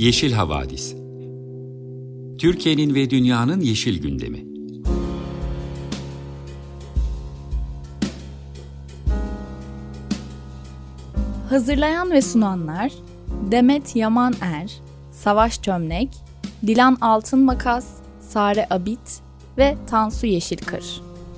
Yeşil Havadis. Türkiye'nin ve dünyanın yeşil gündemi. Hazırlayan ve sunanlar Demet Yaman Savaş Çömlek, Dilan Altınmakas, Sare Abit ve Tansu Yeşilkır.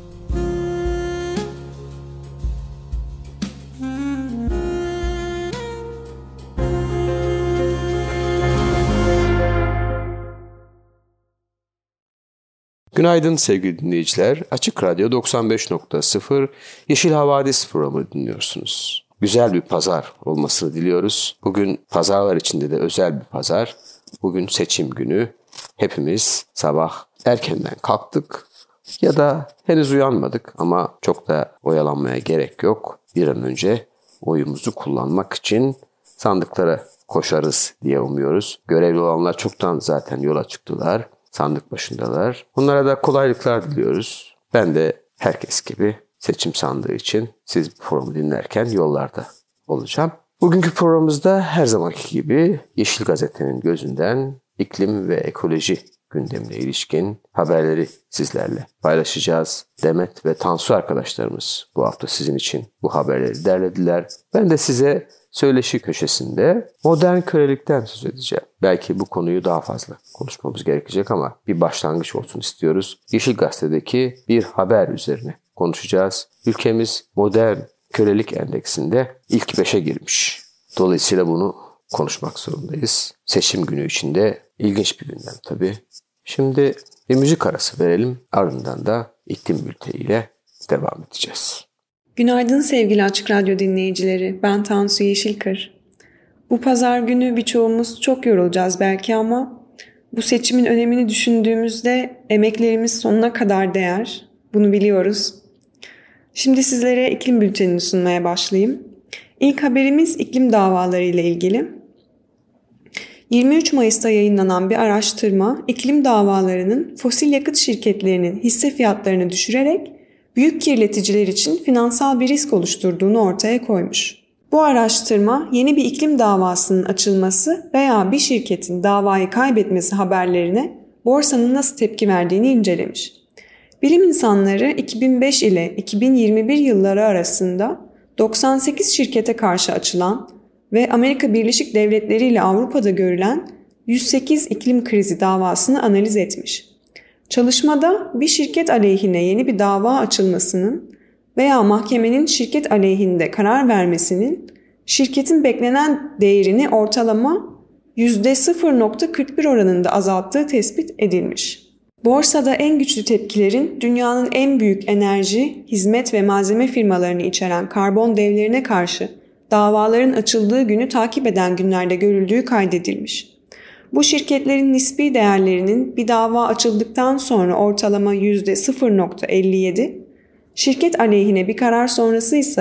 Günaydın sevgili dinleyiciler. Açık Radyo 95.0 Yeşil Havadis programı dinliyorsunuz. Güzel bir pazar olmasını diliyoruz. Bugün pazarlar içinde de özel bir pazar. Bugün seçim günü. Hepimiz sabah erkenden kalktık ya da henüz uyanmadık ama çok da oyalanmaya gerek yok. Bir an önce oyumuzu kullanmak için sandıklara koşarız diye umuyoruz. Görevli olanlar çoktan zaten yola çıktılar. Sandık başındalar. Onlara da kolaylıklar diliyoruz. Ben de herkes gibi seçim sandığı için siz bu programı dinlerken yollarda olacağım. Bugünkü programımızda her zamanki gibi Yeşil Gazete'nin gözünden iklim ve ekoloji gündemine ilişkin haberleri sizlerle paylaşacağız. Demet ve Tansu arkadaşlarımız bu hafta sizin için bu haberleri derlediler. Ben de size söyleşi köşesinde modern kölelikten söz edeceğim. Belki bu konuyu daha fazla konuşmamız gerekecek ama bir başlangıç olsun istiyoruz. Yeşil Gazete'deki bir haber üzerine konuşacağız. Ülkemiz modern kölelik endeksinde ilk 5'e girmiş. Dolayısıyla bunu konuşmak zorundayız. Seçim günü içinde ilginç bir gündem tabii. Şimdi bir müzik arası verelim. Ardından da iklim bülteniyle devam edeceğiz. Günaydın sevgili Açık Radyo dinleyicileri. Ben Tansu Yeşilkır. Bu pazar günü birçoğumuz çok yorulacağız belki ama bu seçimin önemini düşündüğümüzde emeklerimiz sonuna kadar değer. Bunu biliyoruz. Şimdi sizlere iklim bültenini sunmaya başlayayım. İlk haberimiz iklim davaları ile ilgili. 23 Mayıs'ta yayınlanan bir araştırma iklim davalarının fosil yakıt şirketlerinin hisse fiyatlarını düşürerek büyük kirleticiler için finansal bir risk oluşturduğunu ortaya koymuş. Bu araştırma yeni bir iklim davasının açılması veya bir şirketin davayı kaybetmesi haberlerine borsanın nasıl tepki verdiğini incelemiş. Bilim insanları 2005 ile 2021 yılları arasında 98 şirkete karşı açılan ve Amerika Birleşik Devletleri ile Avrupa'da görülen 108 iklim krizi davasını analiz etmiş. Çalışmada bir şirket aleyhine yeni bir dava açılmasının veya mahkemenin şirket aleyhinde karar vermesinin şirketin beklenen değerini ortalama %0.41 oranında azalttığı tespit edilmiş. Borsada en güçlü tepkilerin dünyanın en büyük enerji, hizmet ve malzeme firmalarını içeren karbon devlerine karşı davaların açıldığı günü takip eden günlerde görüldüğü kaydedilmiş. Bu şirketlerin nispi değerlerinin bir dava açıldıktan sonra ortalama %0.57, şirket aleyhine bir karar sonrası ise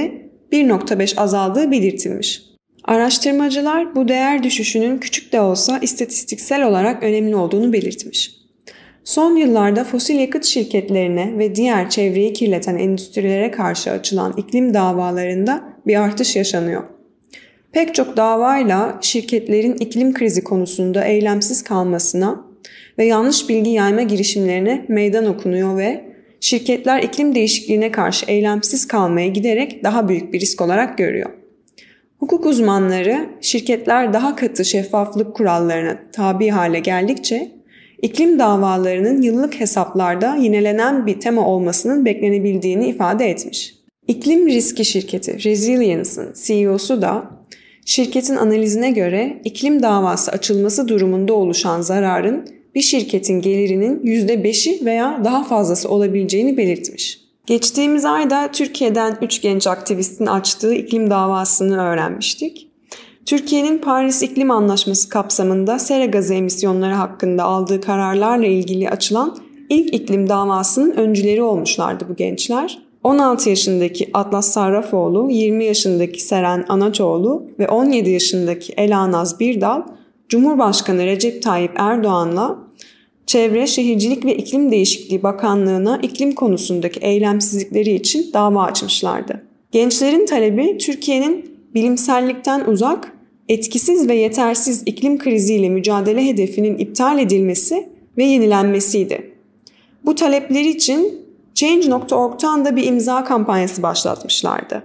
%1.5 azaldığı belirtilmiş. Araştırmacılar bu değer düşüşünün küçük de olsa istatistiksel olarak önemli olduğunu belirtmiş. Son yıllarda fosil yakıt şirketlerine ve diğer çevreyi kirleten endüstrilere karşı açılan iklim davalarında bir artış yaşanıyor. Pek çok davayla şirketlerin iklim krizi konusunda eylemsiz kalmasına ve yanlış bilgi yayma girişimlerine meydan okunuyor ve şirketler iklim değişikliğine karşı eylemsiz kalmaya giderek daha büyük bir risk olarak görüyor. Hukuk uzmanları şirketler daha katı şeffaflık kurallarına tabi hale geldikçe iklim davalarının yıllık hesaplarda yinelenen bir tema olmasının beklenebildiğini ifade etmiş. İklim riski şirketi Resilience'ın CEO'su da şirketin analizine göre iklim davası açılması durumunda oluşan zararın bir şirketin gelirinin %5'i veya daha fazlası olabileceğini belirtmiş. Geçtiğimiz ayda Türkiye'den 3 genç aktivistin açtığı iklim davasını öğrenmiştik. Türkiye'nin Paris İklim Anlaşması kapsamında sera gazı emisyonları hakkında aldığı kararlarla ilgili açılan ilk iklim davasının öncüleri olmuşlardı bu gençler. 16 yaşındaki Atlas Sarrafoğlu, 20 yaşındaki Seren Anaçoğlu ve 17 yaşındaki Elanaz Birdal, Cumhurbaşkanı Recep Tayyip Erdoğan'la Çevre, Şehircilik ve İklim Değişikliği Bakanlığı'na iklim konusundaki eylemsizlikleri için dava açmışlardı. Gençlerin talebi Türkiye'nin bilimsellikten uzak, etkisiz ve yetersiz iklim kriziyle mücadele hedefinin iptal edilmesi ve yenilenmesiydi. Bu talepleri için Change.org'tan da bir imza kampanyası başlatmışlardı.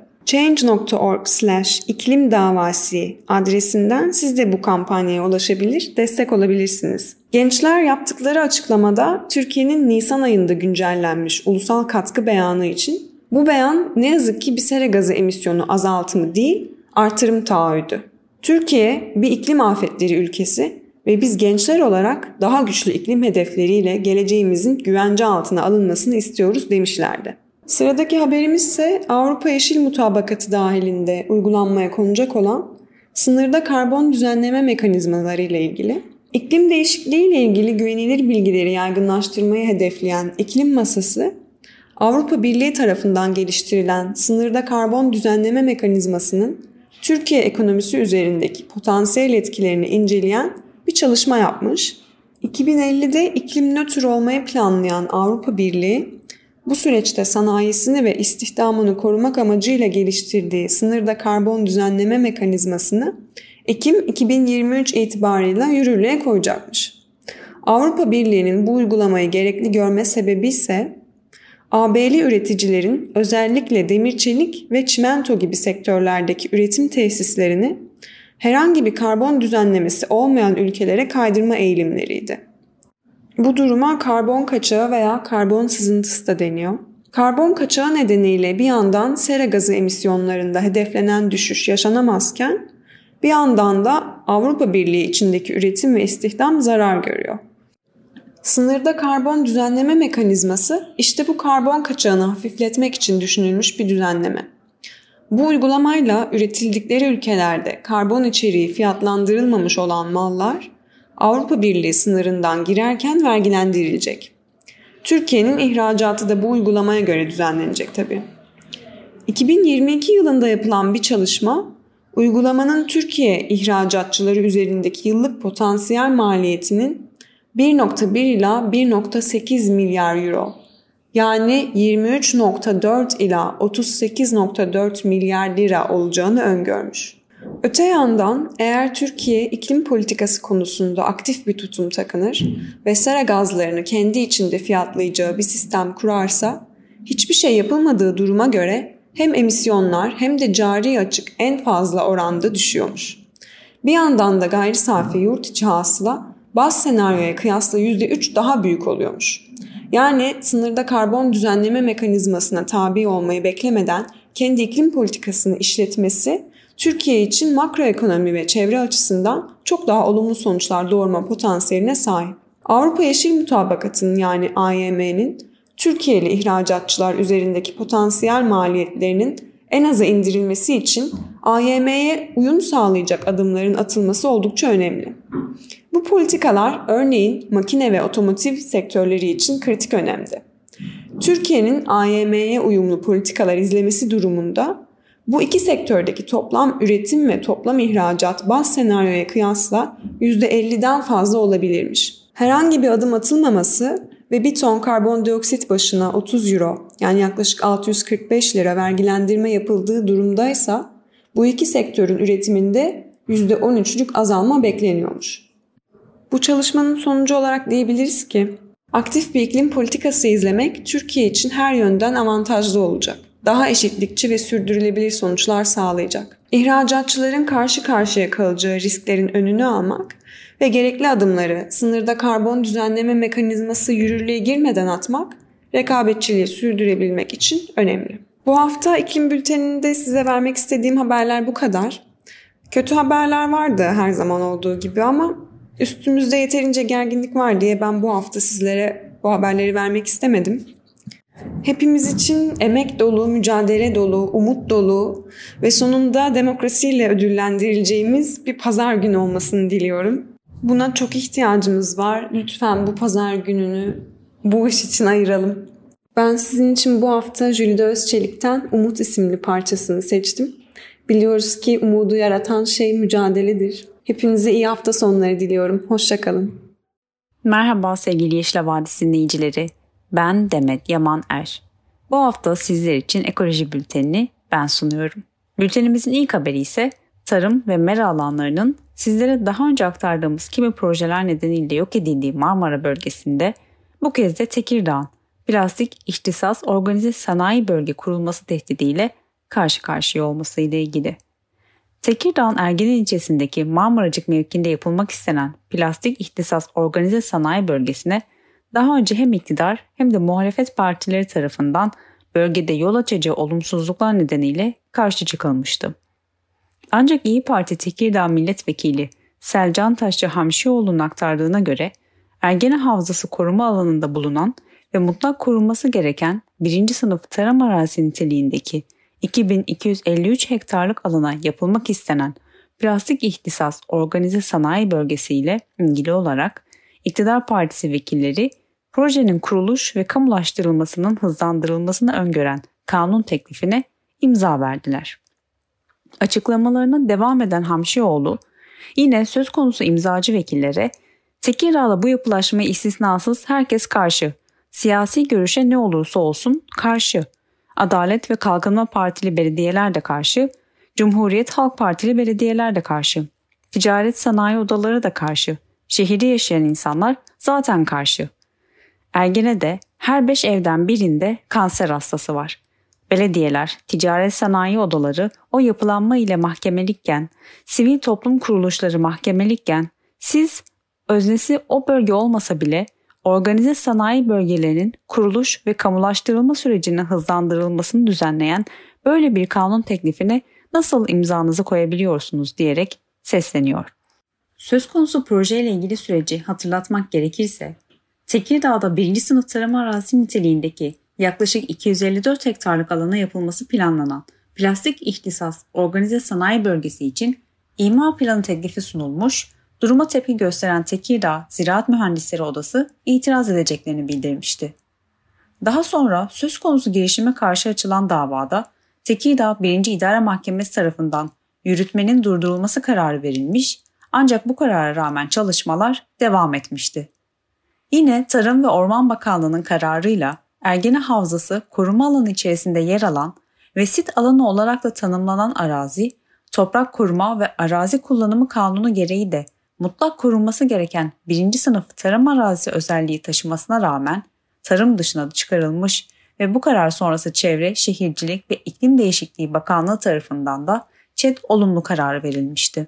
Change.org/iklimdavası adresinden siz de bu kampanyaya ulaşabilir, destek olabilirsiniz. Gençler yaptıkları açıklamada Türkiye'nin Nisan ayında güncellenmiş ulusal katkı beyanı için bu beyan ne yazık ki bir sera gazı emisyonu azaltımı değil, artırım taahhüdü. Türkiye bir iklim afetleri ülkesi ve biz gençler olarak daha güçlü iklim hedefleriyle geleceğimizin güvence altına alınmasını istiyoruz demişlerdi. Sıradaki haberimiz ise Avrupa Yeşil Mutabakatı dahilinde uygulanmaya konacak olan sınırda karbon düzenleme mekanizmaları ile ilgili. İklim değişikliği ile ilgili güvenilir bilgileri yaygınlaştırmayı hedefleyen iklim masası, Avrupa Birliği tarafından geliştirilen sınırda karbon düzenleme mekanizmasının Türkiye ekonomisi üzerindeki potansiyel etkilerini inceleyen bir çalışma yapmış. 2050'de iklim nötr olmayı planlayan Avrupa Birliği, bu süreçte sanayisini ve istihdamını korumak amacıyla geliştirdiği sınırda karbon düzenleme mekanizmasını Ekim 2023 itibarıyla yürürlüğe koyacakmış. Avrupa Birliği'nin bu uygulamayı gerekli görme sebebi ise AB'li üreticilerin özellikle demir çelik ve çimento gibi sektörlerdeki üretim tesislerini herhangi bir karbon düzenlemesi olmayan ülkelere kaydırma eğilimleriydi. Bu duruma karbon kaçağı veya karbon sızıntısı da deniyor. Karbon kaçağı nedeniyle bir yandan sera gazı emisyonlarında hedeflenen düşüş yaşanamazken bir yandan da Avrupa Birliği içindeki üretim ve istihdam zarar görüyor. Sınırda karbon düzenleme mekanizması işte bu karbon kaçağını hafifletmek için düşünülmüş bir düzenleme. Bu uygulamayla üretildikleri ülkelerde karbon içeriği fiyatlandırılmamış olan mallar Avrupa Birliği sınırından girerken vergilendirilecek. Türkiye'nin ihracatı da bu uygulamaya göre düzenlenecek tabii. 2022 yılında yapılan bir çalışma, uygulamanın Türkiye ihracatçıları üzerindeki yıllık potansiyel maliyetinin 1.1 ila 1.8 milyar euro, yani 23.4 ila 38.4 milyar lira olacağını öngörmüş. Öte yandan eğer Türkiye iklim politikası konusunda aktif bir tutum takınır ve sera gazlarını kendi içinde fiyatlayacağı bir sistem kurarsa, hiçbir şey yapılmadığı duruma göre hem emisyonlar hem de cari açık en fazla oranda düşüyormuş. Bir yandan da gayri safi yurt içi hasıla baz senaryoya kıyasla %3 daha büyük oluyormuş. Yani sınırda karbon düzenleme mekanizmasına tabi olmayı beklemeden kendi iklim politikasını işletmesi Türkiye için makroekonomi ve çevre açısından çok daha olumlu sonuçlar doğurma potansiyeline sahip. Avrupa Yeşil Mutabakatı'nın yani AYM'nin Türkiye'li ihracatçılar üzerindeki potansiyel maliyetlerinin en aza indirilmesi için AYM'ye uyum sağlayacak adımların atılması oldukça önemli. Bu politikalar örneğin makine ve otomotiv sektörleri için kritik önemde. Türkiye'nin AYM'ye uyumlu politikalar izlemesi durumunda bu iki sektördeki toplam üretim ve toplam ihracat baz senaryoya kıyasla %50'den fazla olabilirmiş. Herhangi bir adım atılmaması ve bir ton karbondioksit başına 30 euro yani yaklaşık 645 lira vergilendirme yapıldığı durumdaysa bu iki sektörün üretiminde %13'lük azalma bekleniyormuş. Bu çalışmanın sonucu olarak diyebiliriz ki aktif bir iklim politikası izlemek Türkiye için her yönden avantajlı olacak. Daha eşitlikçi ve sürdürülebilir sonuçlar sağlayacak. İhracatçıların karşı karşıya kalacağı risklerin önünü almak ve gerekli adımları sınırda karbon düzenleme mekanizması yürürlüğe girmeden atmak, rekabetçiliği sürdürebilmek için önemli. Bu hafta iklim bülteninde size vermek istediğim haberler bu kadar. Kötü haberler vardı her zaman olduğu gibi ama üstümüzde yeterince gerginlik var diye ben bu hafta sizlere bu haberleri vermek istemedim. Hepimiz için emek dolu, mücadele dolu, umut dolu ve sonunda demokrasiyle ödüllendirileceğimiz bir pazar günü olmasını diliyorum. Buna çok ihtiyacımız var. Lütfen bu pazar gününü bu iş için ayıralım. Ben sizin için bu hafta Jülide Özçelik'ten Umut isimli parçasını seçtim. Biliyoruz ki umudu yaratan şey mücadeledir. Hepinize iyi hafta sonları diliyorum. Hoşça kalın. Merhaba sevgili Yeşil Havadis dinleyicileri. Ben Demet Yaman Er. Bu hafta sizler için ekoloji bültenini ben sunuyorum. Bültenimizin ilk haberi ise tarım ve mera alanlarının sizlere daha önce aktardığımız kimi projeler nedeniyle yok edildiği Marmara bölgesinde bu kez de Tekirdağ'ın plastik ihtisas organize sanayi bölge kurulması tehdidiyle karşı karşıya olması ile ilgili. Tekirdağ'ın Ergene ilçesindeki Marmaracık mevkiinde yapılmak istenen plastik ihtisas organize sanayi bölgesine daha önce hem iktidar hem de muhalefet partileri tarafından bölgede yol açacağı olumsuzluklar nedeniyle karşı çıkılmıştı. Ancak İYİ Parti Tekirdağ Milletvekili Selcan Taşçı Hamşioğlu'nun aktardığına göre Ergene Havzası koruma alanında bulunan ve mutlak korunması gereken 1. sınıf tarım arazisi niteliğindeki 2253 hektarlık alana yapılmak istenen plastik ihtisas organize sanayi bölgesi ile ilgili olarak iktidar partisi vekilleri projenin kuruluş ve kamulaştırılmasının hızlandırılmasını öngören kanun teklifine imza verdiler. Açıklamalarına devam eden Hamşioğlu yine söz konusu imzacı vekillere Tekirdağ'da bu yapılaşmaya istisnasız herkes karşı, siyasi görüşe ne olursa olsun karşı, Adalet ve Kalkınma Partili belediyeler de karşı, Cumhuriyet Halk Partili belediyeler de karşı, ticaret sanayi odaları da karşı, şehirde yaşayan insanlar zaten karşı. Ergene'de her 5 evden birinde kanser hastası var. Belediyeler, ticaret sanayi odaları o yapılanma ile mahkemelikken, sivil toplum kuruluşları mahkemelikken, siz öznesi o bölge olmasa bile organize sanayi bölgelerinin kuruluş ve kamulaştırılma sürecinin hızlandırılmasını düzenleyen böyle bir kanun teklifine nasıl imzanızı koyabiliyorsunuz diyerek sesleniyor. Söz konusu projeyle ilgili süreci hatırlatmak gerekirse, Tekirdağ'da 1. sınıf tarım arazisi niteliğindeki yaklaşık 254 hektarlık alana yapılması planlanan plastik ihtisas organize sanayi bölgesi için imar planı teklifi sunulmuş, duruma tepki gösteren Tekirdağ Ziraat Mühendisleri Odası itiraz edeceklerini bildirmişti. Daha sonra söz konusu girişime karşı açılan davada Tekirdağ 1. İdare Mahkemesi tarafından yürütmenin durdurulması kararı verilmiş, ancak bu karara rağmen çalışmalar devam etmişti. Yine Tarım ve Orman Bakanlığı'nın kararıyla Ergene Havzası koruma alanı içerisinde yer alan ve sit alanı olarak da tanımlanan arazi, Toprak Koruma ve Arazi Kullanımı Kanunu gereği de mutlak korunması gereken 1. sınıf tarım arazisi özelliği taşımasına rağmen tarım dışına çıkarılmış ve bu karar sonrası Çevre, Şehircilik ve İklim Değişikliği Bakanlığı tarafından da ÇED olumlu kararı verilmişti.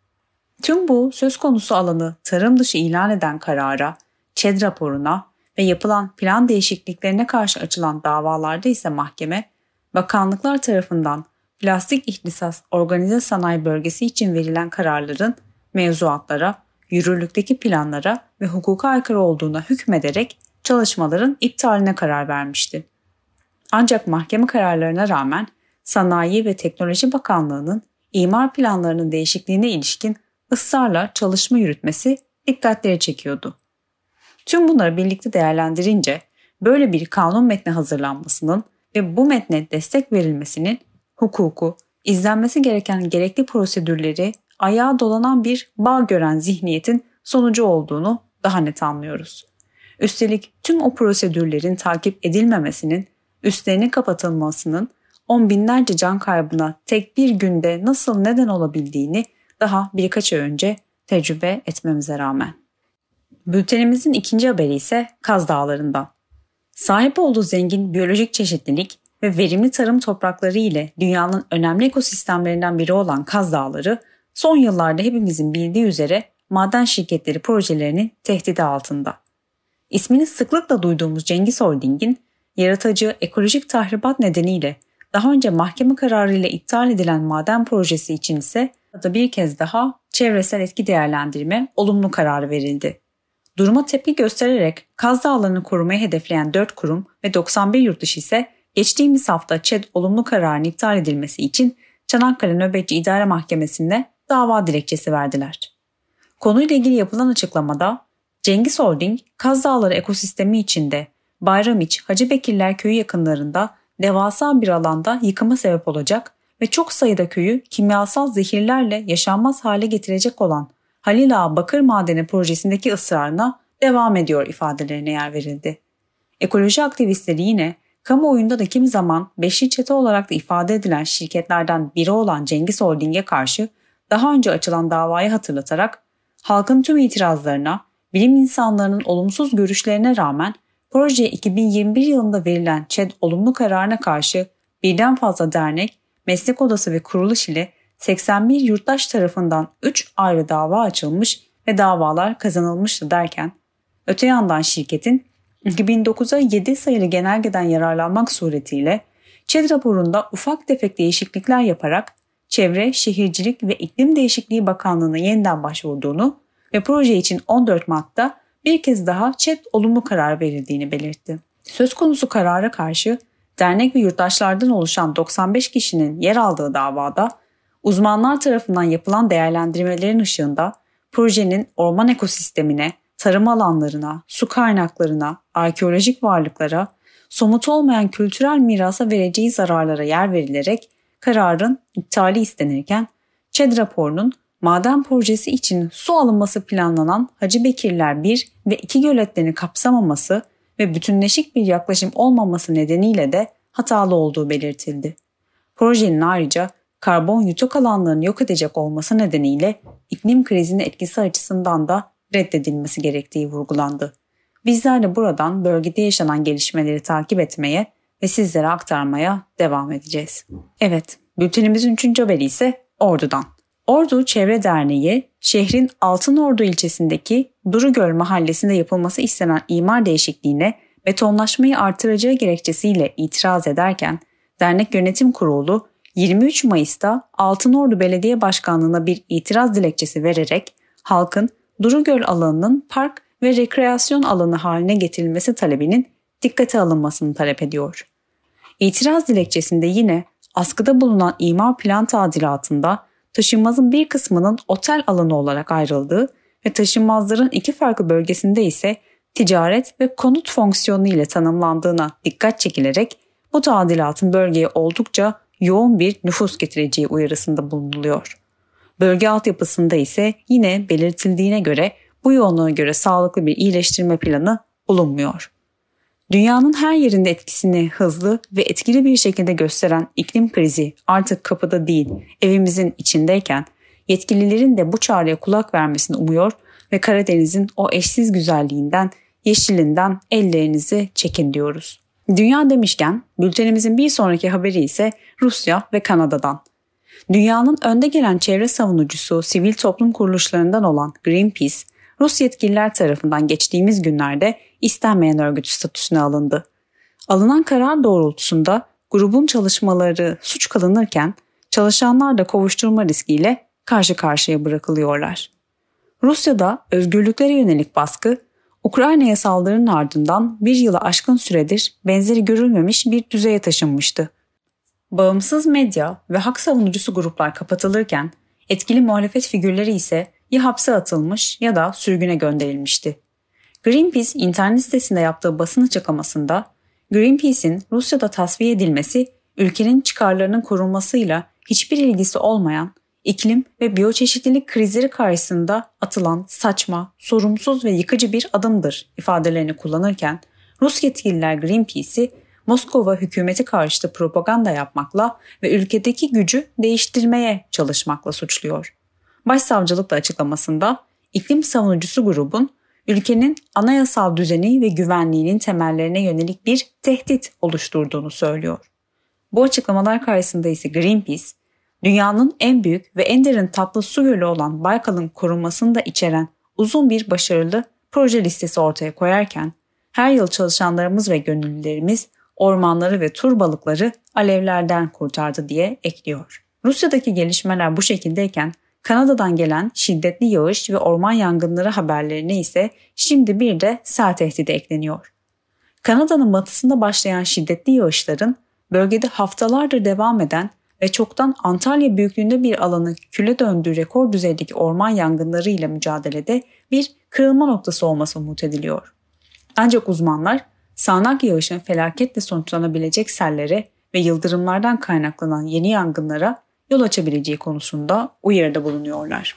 Tüm bu söz konusu alanı tarım dışı ilan eden karara, ÇED raporuna ve yapılan plan değişikliklerine karşı açılan davalarda ise mahkeme, bakanlıklar tarafından plastik ihtisas organize sanayi bölgesi için verilen kararların mevzuatlara, yürürlükteki planlara ve hukuka aykırı olduğuna hükmederek çalışmaların iptaline karar vermişti. Ancak mahkeme kararlarına rağmen Sanayi ve Teknoloji Bakanlığı'nın imar planlarının değişikliğine ilişkin ısrarla çalışma yürütmesi dikkatleri çekiyordu. Tüm bunları birlikte değerlendirince böyle bir kanun metni hazırlanmasının ve bu metne destek verilmesinin hukuku, izlenmesi gereken gerekli prosedürleri ayağa dolanan bir bağ gören zihniyetin sonucu olduğunu daha net anlıyoruz. Üstelik tüm o prosedürlerin takip edilmemesinin, üstlerinin kapatılmasının on binlerce can kaybına tek bir günde nasıl neden olabildiğini daha birkaç ay önce tecrübe etmemize rağmen. Bültenimizin ikinci haberi ise Kaz Dağları'ndan. Sahip olduğu zengin biyolojik çeşitlilik ve verimli tarım toprakları ile dünyanın önemli ekosistemlerinden biri olan Kaz Dağları, son yıllarda hepimizin bildiği üzere maden şirketleri projelerinin tehdidi altında. İsmini sıklıkla duyduğumuz Cengiz Holding'in yaratıcı ekolojik tahribat nedeniyle daha önce mahkeme kararıyla iptal edilen maden projesi için ise bir kez daha çevresel etki değerlendirme olumlu kararı verildi. Duruma tepki göstererek Kaz Dağları'nı korumayı hedefleyen 4 kurum ve 91 yurtdışı ise geçtiğimiz hafta ÇED olumlu kararın iptal edilmesi için Çanakkale Nöbetçi İdare Mahkemesi'nde dava dilekçesi verdiler. Konuyla ilgili yapılan açıklamada Cengiz Holding, Kaz Dağları ekosistemi içinde Bayramiç, Hacıbekirler köyü yakınlarında devasa bir alanda yıkıma sebep olacak ve çok sayıda köyü kimyasal zehirlerle yaşanmaz hale getirecek olan Halil Ağa Bakır Madeni projesindeki ısrarına devam ediyor ifadelerine yer verildi. Ekoloji aktivistleri yine kamuoyunda da kimi zaman beşli çete olarak da ifade edilen şirketlerden biri olan Cengiz Holding'e karşı daha önce açılan davayı hatırlatarak halkın tüm itirazlarına, bilim insanlarının olumsuz görüşlerine rağmen projeye 2021 yılında verilen ÇED olumlu kararına karşı birden fazla dernek, meslek odası ve kuruluş ile 81 yurttaş tarafından 3 ayrı dava açılmış ve davalar kazanılmıştı derken, öte yandan şirketin 2009'a 7 sayılı genelgeden yararlanmak suretiyle ÇED raporunda ufak tefek değişiklikler yaparak Çevre, Şehircilik ve İklim Değişikliği Bakanlığı'na yeniden başvurduğunu ve proje için 14 Mart'ta bir kez daha ÇED olumlu karar verildiğini belirtti. Söz konusu karara karşı dernek ve yurttaşlardan oluşan 95 kişinin yer aldığı davada uzmanlar tarafından yapılan değerlendirmelerin ışığında projenin orman ekosistemine, tarım alanlarına, su kaynaklarına, arkeolojik varlıklara, somut olmayan kültürel mirasa vereceği zararlara yer verilerek kararın iptali istenirken, ÇED raporunun maden projesi için su alınması planlanan Hacıbekirler 1 ve 2 göletlerini kapsamaması ve bütünleşik bir yaklaşım olmaması nedeniyle de hatalı olduğu belirtildi. Projenin ayrıca karbon yutak alanlarını yok edecek olması nedeniyle iklim krizinin etkisi açısından da reddedilmesi gerektiği vurgulandı. Bizler de buradan bölgede yaşanan gelişmeleri takip etmeye ve sizlere aktarmaya devam edeceğiz. Evet, bültenimizin 3. haberi ise Ordu'dan. Ordu Çevre Derneği, şehrin Altınordu ilçesindeki Durugöl mahallesinde yapılması istenen imar değişikliğine betonlaşmayı artıracağı gerekçesiyle itiraz ederken, dernek yönetim kurulu 23 Mayıs'ta Altınordu Belediye Başkanlığı'na bir itiraz dilekçesi vererek halkın Durugöl alanının park ve rekreasyon alanı haline getirilmesi talebinin dikkate alınmasını talep ediyor. İtiraz dilekçesinde yine askıda bulunan imar plan tadilatında taşınmazın bir kısmının otel alanı olarak ayrıldığı ve taşınmazların 2 farklı bölgesinde ise ticaret ve konut fonksiyonu ile tanımlandığına dikkat çekilerek bu tadilatın bölgeye oldukça yoğun bir nüfus getireceği uyarısında bulunuluyor. Bölge altyapısında ise yine belirtildiğine göre bu yoğunluğa göre sağlıklı bir iyileştirme planı bulunmuyor. Dünyanın her yerinde etkisini hızlı ve etkili bir şekilde gösteren iklim krizi artık kapıda değil, evimizin içindeyken yetkililerin de bu çağrıya kulak vermesini umuyor ve Karadeniz'in o eşsiz güzelliğinden, yeşilinden ellerinizi çekin diyoruz. Dünya demişken bültenimizin bir sonraki haberi ise Rusya ve Kanada'dan. Dünyanın önde gelen çevre savunucusu sivil toplum kuruluşlarından olan Greenpeace, Rus yetkililer tarafından geçtiğimiz günlerde istenmeyen örgüt statüsüne alındı. Alınan karar doğrultusunda grubun çalışmaları suç kılınırken çalışanlar da kovuşturma riskiyle karşı karşıya bırakılıyorlar. Rusya'da özgürlüklere yönelik baskı, Ukrayna'ya saldırının ardından bir yılı aşkın süredir benzeri görülmemiş bir düzeye taşınmıştı. Bağımsız medya ve hak savunucusu gruplar kapatılırken etkili muhalefet figürleri ise ya hapse atılmış ya da sürgüne gönderilmişti. Greenpeace internet sitesinde yaptığı basın açıklamasında Greenpeace'in Rusya'da tasfiye edilmesi ülkenin çıkarlarının korunmasıyla hiçbir ilgisi olmayan iklim ve biyoçeşitlilik krizleri karşısında atılan saçma, sorumsuz ve yıkıcı bir adımdır ifadelerini kullanırken Rus yetkililer Greenpeace'i Moskova hükümeti karşıtı propaganda yapmakla ve ülkedeki gücü değiştirmeye çalışmakla suçluyor. Başsavcılık da açıklamasında iklim savunucusu grubun ülkenin anayasal düzeni ve güvenliğinin temellerine yönelik bir tehdit oluşturduğunu söylüyor. Bu açıklamalar karşısında ise Greenpeace, dünyanın en büyük ve en derin tatlı su gölü olan Baykal'ın korunmasını da içeren uzun bir başarılı proje listesi ortaya koyarken, her yıl çalışanlarımız ve gönüllülerimiz ormanları ve tur balıkları alevlerden kurtardı diye ekliyor. Rusya'daki gelişmeler bu şekildeyken Kanada'dan gelen şiddetli yağış ve orman yangınları haberlerine ise şimdi bir de sel tehdidi ekleniyor. Kanada'nın batısında başlayan şiddetli yağışların bölgede haftalardır devam eden ve çoktan Antalya büyüklüğünde bir alanın küle döndüğü rekor düzeydeki orman yangınları ile mücadelede bir kırılma noktası olması umut ediliyor. Ancak uzmanlar sağanak yağışın felaketle sonuçlanabilecek sellere ve yıldırımlardan kaynaklanan yeni yangınlara yol açabileceği konusunda uyarıda bulunuyorlar.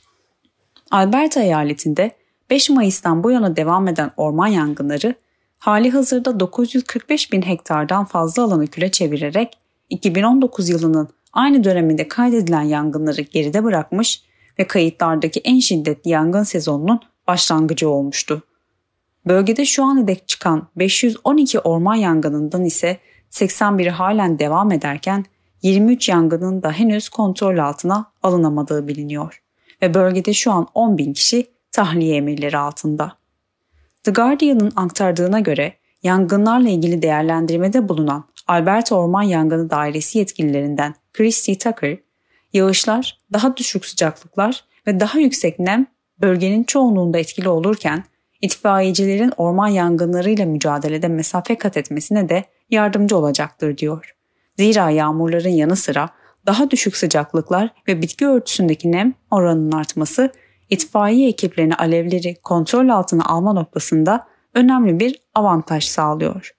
Alberta eyaletinde 5 Mayıs'tan bu yana devam eden orman yangınları halihazırda 945 bin hektardan fazla alanı küle çevirerek 2019 yılının aynı döneminde kaydedilen yangınları geride bırakmış ve kayıtlardaki en şiddetli yangın sezonunun başlangıcı olmuştu. Bölgede şu ana dek çıkan 512 orman yangınından ise 81'i halen devam ederken 23 yangının da henüz kontrol altına alınamadığı biliniyor ve bölgede şu an 10.000 kişi tahliye emirleri altında. The Guardian'ın aktardığına göre yangınlarla ilgili değerlendirmede bulunan Alberta Orman Yangını Dairesi yetkililerinden Christy Tucker, yağışlar, daha düşük sıcaklıklar ve daha yüksek nem bölgenin çoğunluğunda etkili olurken itfaiyecilerin orman yangınlarıyla mücadelede mesafe kat etmesine de yardımcı olacaktır diyor. Zira yağmurların yanı sıra daha düşük sıcaklıklar ve bitki örtüsündeki nem oranının artması itfaiye ekiplerine alevleri kontrol altına alma noktasında önemli bir avantaj sağlıyor.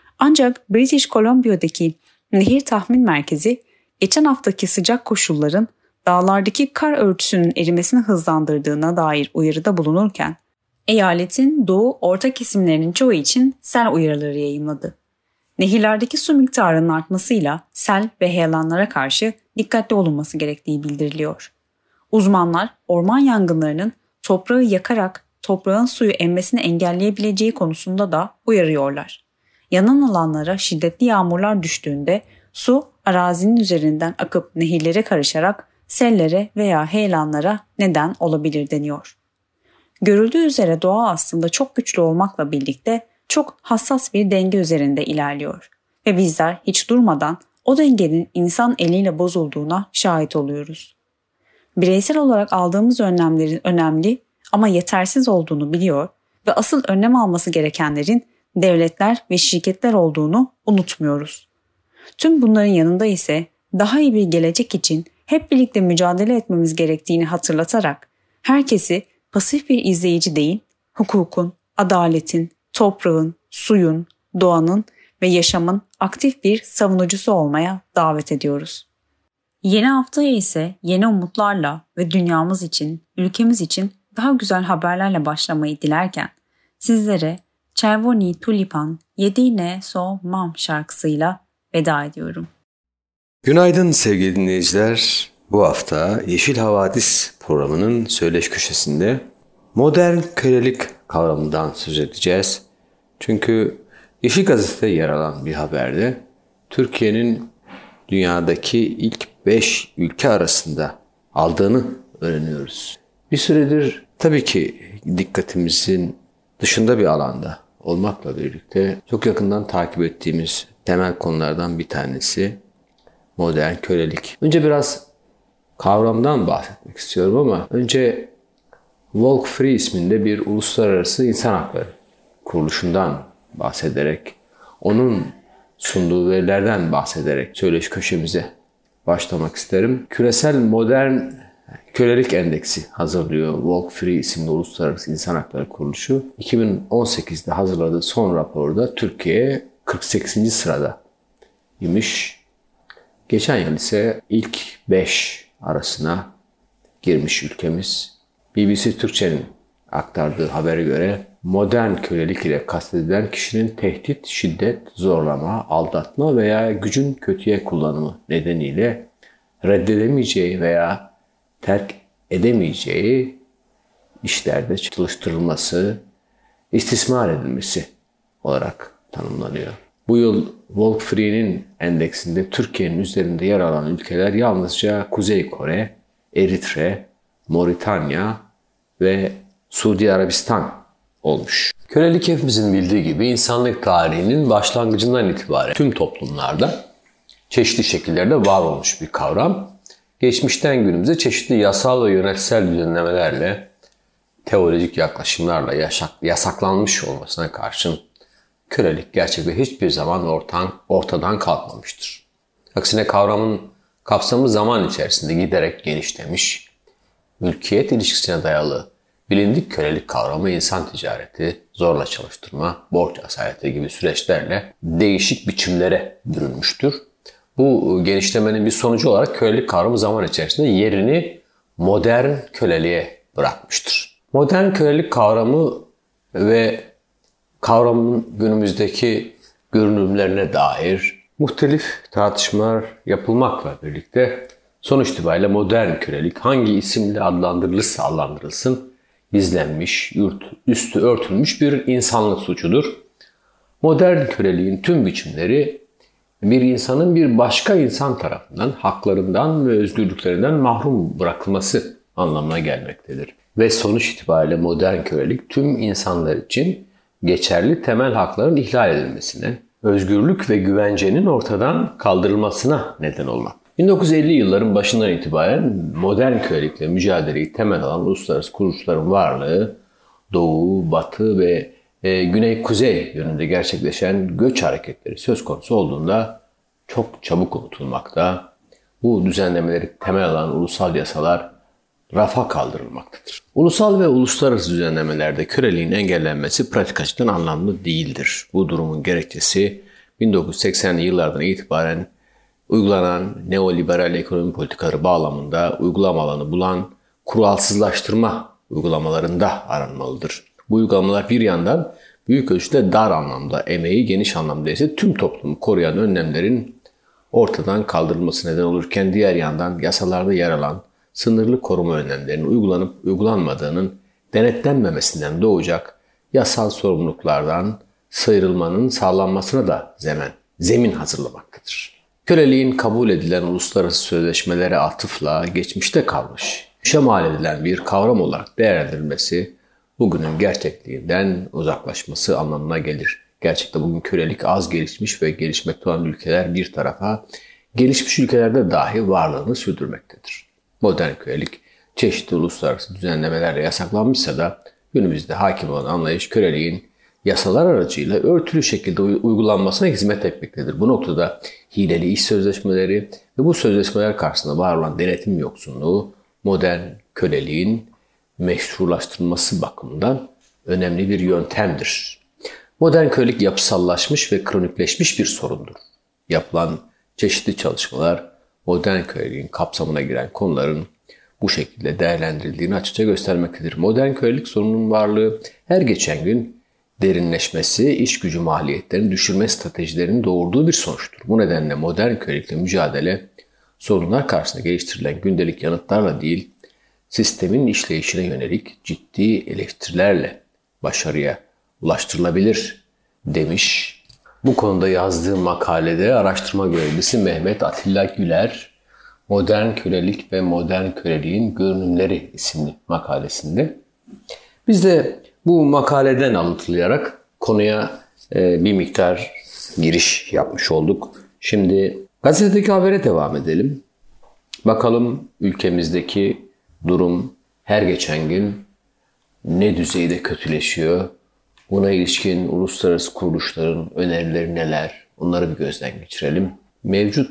Ancak British Columbia'daki Nehir Tahmin Merkezi geçen haftaki sıcak koşulların dağlardaki kar örtüsünün erimesini hızlandırdığına dair uyarıda bulunurken eyaletin doğu orta kesimlerinin çoğu için sel uyarıları yayımladı. Nehirlerdeki su miktarının artmasıyla sel ve heyelanlara karşı dikkatli olunması gerektiği bildiriliyor. Uzmanlar orman yangınlarının toprağı yakarak toprağın suyu emmesini engelleyebileceği konusunda da uyarıyorlar. Yanan alanlara şiddetli yağmurlar düştüğünde su arazinin üzerinden akıp nehirlere karışarak sellere veya heyelanlara neden olabilir deniyor. Görüldüğü üzere doğa aslında çok güçlü olmakla birlikte çok hassas bir denge üzerinde ilerliyor ve bizler hiç durmadan o dengenin insan eliyle bozulduğuna şahit oluyoruz. Bireysel olarak aldığımız önlemlerin önemli ama yetersiz olduğunu biliyor ve asıl önlem alması gerekenlerin devletler ve şirketler olduğunu unutmuyoruz. Tüm bunların yanında ise daha iyi bir gelecek için hep birlikte mücadele etmemiz gerektiğini hatırlatarak herkesi pasif bir izleyici değil, hukukun, adaletin, toprağın, suyun, doğanın ve yaşamın aktif bir savunucusu olmaya davet ediyoruz. Yeni haftaya ise yeni umutlarla ve dünyamız için, ülkemiz için daha güzel haberlerle başlamayı dilerken sizlere Czerwony Tulipan Jedyne co mam şarkısıyla veda ediyorum. Günaydın sevgili dinleyiciler. Bu hafta Yeşil Havadis programının söyleş köşesinde modern kölelik kavramından söz edeceğiz. Çünkü Yeşil Gazete'de yer alan bir haberde Türkiye'nin dünyadaki ilk 5 ülke arasında aldığını öğreniyoruz. Bir süredir tabii ki dikkatimizin dışında bir alanda olmakla birlikte çok yakından takip ettiğimiz temel konulardan bir tanesi modern kölelik. Önce biraz kavramdan bahsetmek istiyorum ama önce Walk Free isminde bir uluslararası insan hakları kuruluşundan bahsederek, onun sunduğu verilerden bahsederek söyleşi köşemize başlamak isterim. Küresel Modern Kölelik Endeksi hazırlıyor Walk Free isimli uluslararası insan hakları kuruluşu. 2018'de hazırladığı son raporda Türkiye 48. sırada imiş. Geçen yıl ise ilk 5 arasına girmiş ülkemiz. BBC Türkçe'nin aktardığı habere göre modern kölelik ile kastedilen kişinin tehdit, şiddet, zorlama, aldatma veya gücün kötüye kullanımı nedeniyle reddedemeyeceği veya terk edemeyeceği işlerde çalıştırılması, istismar edilmesi olarak tanımlanıyor. Bu yıl Walk Free'nin endeksinde Türkiye'nin üzerinde yer alan ülkeler yalnızca Kuzey Kore, Eritre, Moritanya ve Suudi Arabistan olmuş. Kölelik hepimizin bildiği gibi insanlık tarihinin başlangıcından itibaren tüm toplumlarda çeşitli şekillerde var olmuş bir kavram. Geçmişten günümüze çeşitli yasal ve yönetsel düzenlemelerle, teolojik yaklaşımlarla yasaklanmış olmasına karşın kölelik gerçekten hiçbir zaman ortadan kalkmamıştır. Aksine kavramın kapsamı zaman içerisinde giderek genişlemiş, mülkiyet ilişkisine dayalı bilindik kölelik kavramı insan ticareti, zorla çalıştırma, borç asayeti gibi süreçlerle değişik biçimlere bürünmüştür. Bu genişlemenin bir sonucu olarak kölelik kavramı zaman içerisinde yerini modern köleliğe bırakmıştır. Modern kölelik kavramı ve kavramın günümüzdeki görünümlerine dair Muhtelif tartışmalar yapılmakla birlikte sonuç itibariyle modern kölelik hangi isimle adlandırılırsa adlandırılsın gizlenmiş, üstü örtülmüş bir insanlık suçudur. Modern köleliğin tüm biçimleri bir insanın bir başka insan tarafından haklarından ve özgürlüklerinden mahrum bırakılması anlamına gelmektedir. Ve sonuç itibariyle modern kölelik tüm insanlar için geçerli temel hakların ihlal edilmesine, özgürlük ve güvencenin ortadan kaldırılmasına neden olmak. 1950 yılların başından itibaren modern kölelikle mücadeleyi temel alan uluslararası kuruluşların varlığı, Doğu, Batı ve Güney-Kuzey yönünde gerçekleşen göç hareketleri söz konusu olduğunda çok çabuk unutulmakta. Bu düzenlemeleri temel alan ulusal yasalar rafa kaldırılmaktadır. Ulusal ve uluslararası düzenlemelerde köleliğin engellenmesi pratik açıdan anlamlı değildir. Bu durumun gerekçesi 1980'li yıllardan itibaren uygulanan neoliberal ekonomi politikaları bağlamında uygulama alanı bulan kuralsızlaştırma uygulamalarında aranmalıdır. Bu uygulamalar bir yandan büyük ölçüde dar anlamda, emeği geniş anlamda ise tüm toplumu koruyan önlemlerin ortadan kaldırılması neden olurken diğer yandan yasalarda yer alan sınırlı koruma önlemlerinin uygulanıp uygulanmadığının denetlenmemesinden doğacak yasal sorumluluklardan sıyrılmanın sağlanmasına da zemin hazırlamaktadır. Köleliğin kabul edilen uluslararası sözleşmelere atıfla geçmişte kalmış, işe mal edilen bir kavram olarak değerlendirilmesi bugünün gerçekliğinden uzaklaşması anlamına gelir. Gerçekte bugün kölelik az gelişmiş ve gelişmekte olan ülkeler bir tarafa, gelişmiş ülkelerde dahi varlığını sürdürmektedir. Modern kölelik çeşitli uluslararası düzenlemelerle yasaklanmışsa da günümüzde hakim olan anlayış köleliğin yasalar aracıyla örtülü şekilde uygulanmasına hizmet etmektedir. Bu noktada hileli iş sözleşmeleri ve bu sözleşmeler karşısında var olan denetim yoksunluğu modern köleliğin meşrulaştırılması bakımından önemli bir yöntemdir. Modern kölelik yapısallaşmış ve kronikleşmiş bir sorundur. Yapılan çeşitli çalışmalar modern köleliğin kapsamına giren konuların bu şekilde değerlendirildiğini açıkça göstermektedir. Modern kölelik sorununun varlığı her geçen gün derinleşmesi, iş gücü maliyetlerini düşürme stratejilerinin doğurduğu bir sonuçtur. Bu nedenle modern kölelikle mücadele sorunlar karşısında geliştirilen gündelik yanıtlarla değil, sistemin işleyişine yönelik ciddi eleştirilerle başarıya ulaştırılabilir demiş. Bu konuda yazdığı makalede araştırma görevlisi Mehmet Atilla Güler, Modern Kölelik ve Modern Köleliğin Görünümleri isimli makalesinde. Biz de bu makaleden alıntılayarak konuya bir miktar giriş yapmış olduk. Şimdi gazetedeki habere devam edelim. Bakalım ülkemizdeki durum her geçen gün ne düzeyde kötüleşiyor? Buna ilişkin uluslararası kuruluşların önerileri neler? Onları bir gözden geçirelim. Mevcut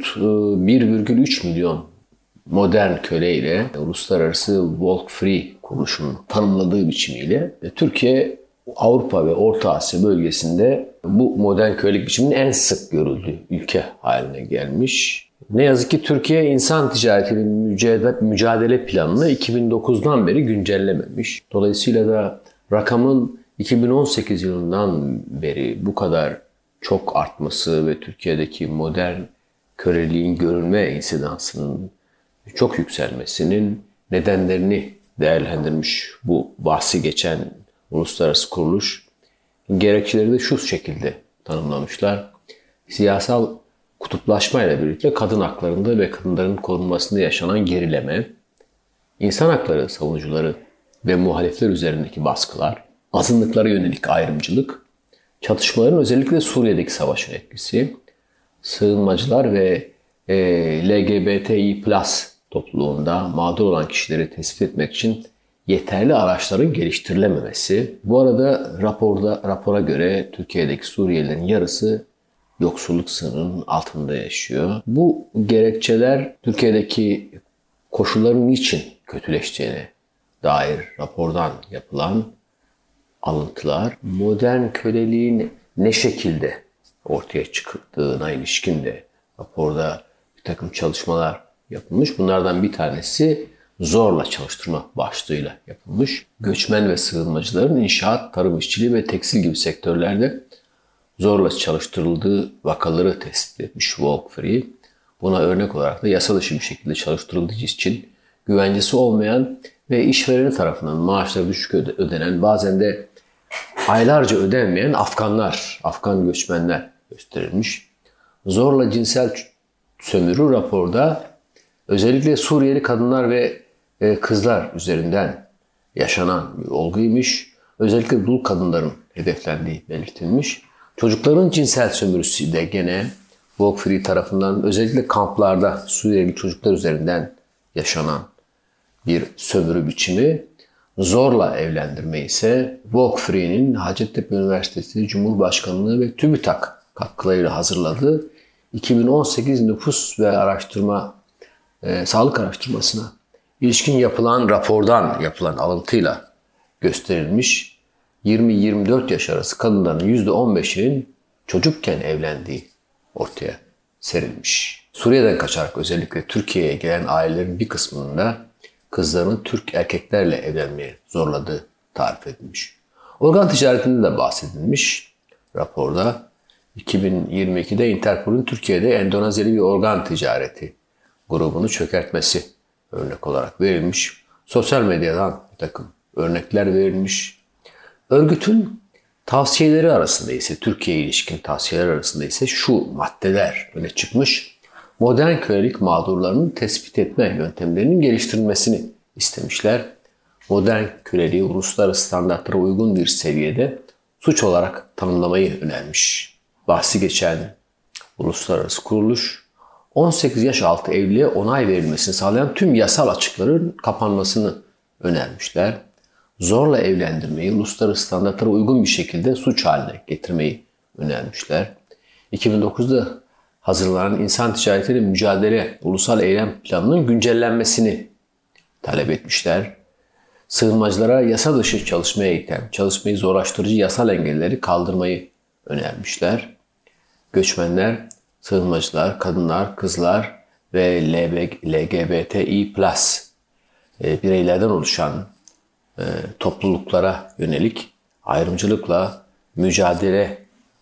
1,3 milyon modern köle ile uluslararası Walk Free kuruluşunun tanımladığı biçimiyle Türkiye, Avrupa ve Orta Asya bölgesinde bu modern kölelik biçiminin en sık görüldüğü ülke haline gelmiş. Ne yazık ki Türkiye insan ticaretiyle mücadele planını 2009'dan beri güncellememiş. Dolayısıyla da rakamın 2018 yılından beri bu kadar çok artması ve Türkiye'deki modern köleliğin görülme insidansının çok yükselmesinin nedenlerini değerlendirmiş bu bahsi geçen uluslararası kuruluş. Gerekçeleri de şu şekilde tanımlamışlar. Siyasal kutuplaşmayla birlikte kadın haklarında ve kadınların korunmasında yaşanan gerileme, insan hakları savunucuları ve muhalifler üzerindeki baskılar, azınlıklara yönelik ayrımcılık, çatışmaların özellikle Suriye'deki savaşın etkisi, sığınmacılar ve LGBTİ+ topluluğunda mağdur olan kişileri tespit etmek için yeterli araçların geliştirilememesi. Bu arada rapora göre Türkiye'deki Suriyelilerin yarısı yoksulluk sınırının altında yaşıyor. Bu gerekçeler Türkiye'deki koşulların niçin kötüleşeceğine dair rapordan yapılan alıntılar, modern köleliğin ne şekilde ortaya çıktığına ilişkin de raporda bir takım çalışmalar yapılmış. Bunlardan bir tanesi zorla çalıştırma başlığıyla yapılmış. Göçmen ve sığınmacıların inşaat, tarım işçiliği ve tekstil gibi sektörlerde zorla çalıştırıldığı vakaları tespit etmiş Walk-Free. Buna örnek olarak da yasa dışı bir şekilde çalıştırıldığı için güvencesi olmayan ve işvereni tarafından maaşları düşük ödenen, bazen de aylarca ödenmeyen Afgan göçmenler gösterilmiş. Zorla cinsel sömürü raporda özellikle Suriyeli kadınlar ve kızlar üzerinden yaşanan bir olguymuş. Özellikle dul kadınların hedeflendiği belirtilmiş. Çocukların cinsel sömürüsü de gene Walk-Free tarafından özellikle kamplarda Suriyeli çocuklar üzerinden yaşanan bir sömürü biçimi. Zorla evlendirme ise Walk-Free'nin Hacettepe Üniversitesi Cumhurbaşkanlığı ve TÜBİTAK katkılarıyla hazırladığı 2018 nüfus ve sağlık araştırmasına ilişkin yapılan rapordan yapılan alıntıyla gösterilmiş. 20-24 yaş arası kadınların %15'inin çocukken evlendiği ortaya serilmiş. Suriye'den kaçarak özellikle Türkiye'ye gelen ailelerin bir kısmının da kızlarını Türk erkeklerle evlenmeye zorladığı tarif edilmiş. Organ ticaretinde de bahsedilmiş raporda. 2022'de Interpol'ün Türkiye'de Endonezyalı bir organ ticareti grubunu çökertmesi örnek olarak verilmiş. Sosyal medyadan bir takım örnekler verilmiş. Örgütün tavsiyeleri arasında ise, Türkiye'ye ilişkin tavsiyeler arasında ise şu maddeler öne çıkmış. Modern kölelik mağdurlarının tespit etme yöntemlerinin geliştirilmesini istemişler. Modern köleliği uluslararası standartlara uygun bir seviyede suç olarak tanımlamayı önermiş. Bahsi geçen uluslararası kuruluş, 18 yaş altı evliliğe onay verilmesini sağlayan tüm yasal açıkların kapanmasını önermişler. Zorla evlendirmeyi uluslararası standartlara uygun bir şekilde suç haline getirmeyi önermişler. 2009'da hazırlanan insan ticaretiyle mücadele ulusal eylem planının güncellenmesini talep etmişler. Sığınmacılara yasa dışı çalışmaya iten, çalışmayı zorlaştırıcı yasal engelleri kaldırmayı önermişler. Göçmenler, sığınmacılar, kadınlar, kızlar ve LGBTİ+ bireylerden oluşan topluluklara yönelik ayrımcılıkla mücadele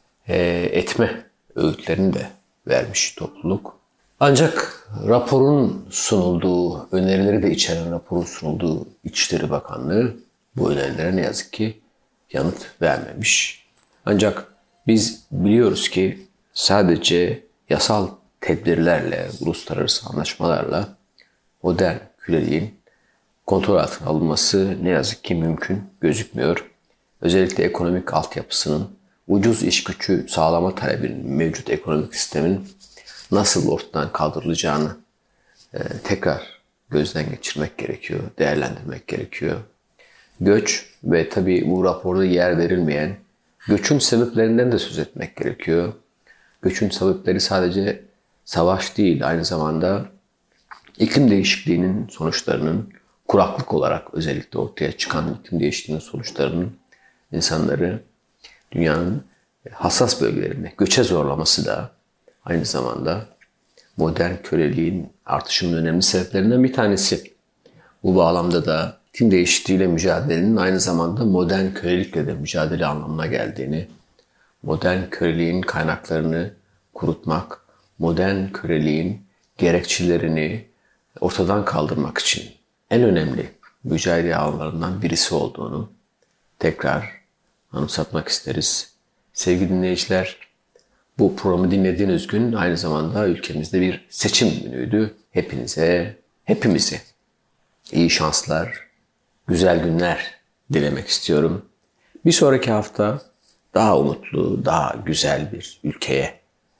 etme öğütlerini de vermiş topluluk. Ancak raporun sunulduğu, önerileri de içeren raporun sunulduğu İçişleri Bakanlığı bu önerilere ne yazık ki yanıt vermemiş. Ancak biz biliyoruz ki sadece yasal tedbirlerle, uluslararası anlaşmalarla modern köleliğin kontrol altına alınması ne yazık ki mümkün gözükmüyor. Özellikle ekonomik altyapısının, ucuz iş gücü sağlama talebinin, mevcut ekonomik sistemin nasıl ortadan kaldırılacağını tekrar gözden geçirmek gerekiyor, değerlendirmek gerekiyor. Göç ve tabii bu raporda yer verilmeyen göçün sebeplerinden de söz etmek gerekiyor. Göçün sebepleri sadece savaş değil, aynı zamanda iklim değişikliğinin sonuçlarının, kuraklık olarak özellikle ortaya çıkan iklim değişikliğinin sonuçlarının insanları dünyanın hassas bölgelerine göçe zorlaması da aynı zamanda modern köleliğin artışının önemli sebeplerinden bir tanesi. Bu bağlamda da iklim değişikliğiyle mücadelenin aynı zamanda modern kölelikle de mücadele anlamına geldiğini, modern köleliğin kaynaklarını kurutmak, modern köleliğin gerekçelerini ortadan kaldırmak için en önemli mücadele alanlarından birisi olduğunu tekrar anımsatmak isteriz. Sevgili dinleyiciler, bu programı dinlediğiniz gün aynı zamanda ülkemizde bir seçim günüydü. Hepimize iyi şanslar, güzel günler dilemek istiyorum. Bir sonraki hafta daha umutlu, daha güzel bir ülkeye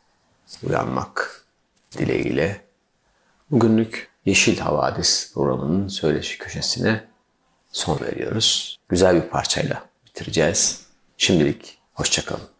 uyanmak dileğiyle bugünlük Yeşil Havadis programının söyleşi köşesine son veriyoruz. Güzel bir parçayla bitireceğiz. Şimdilik hoşça kalın.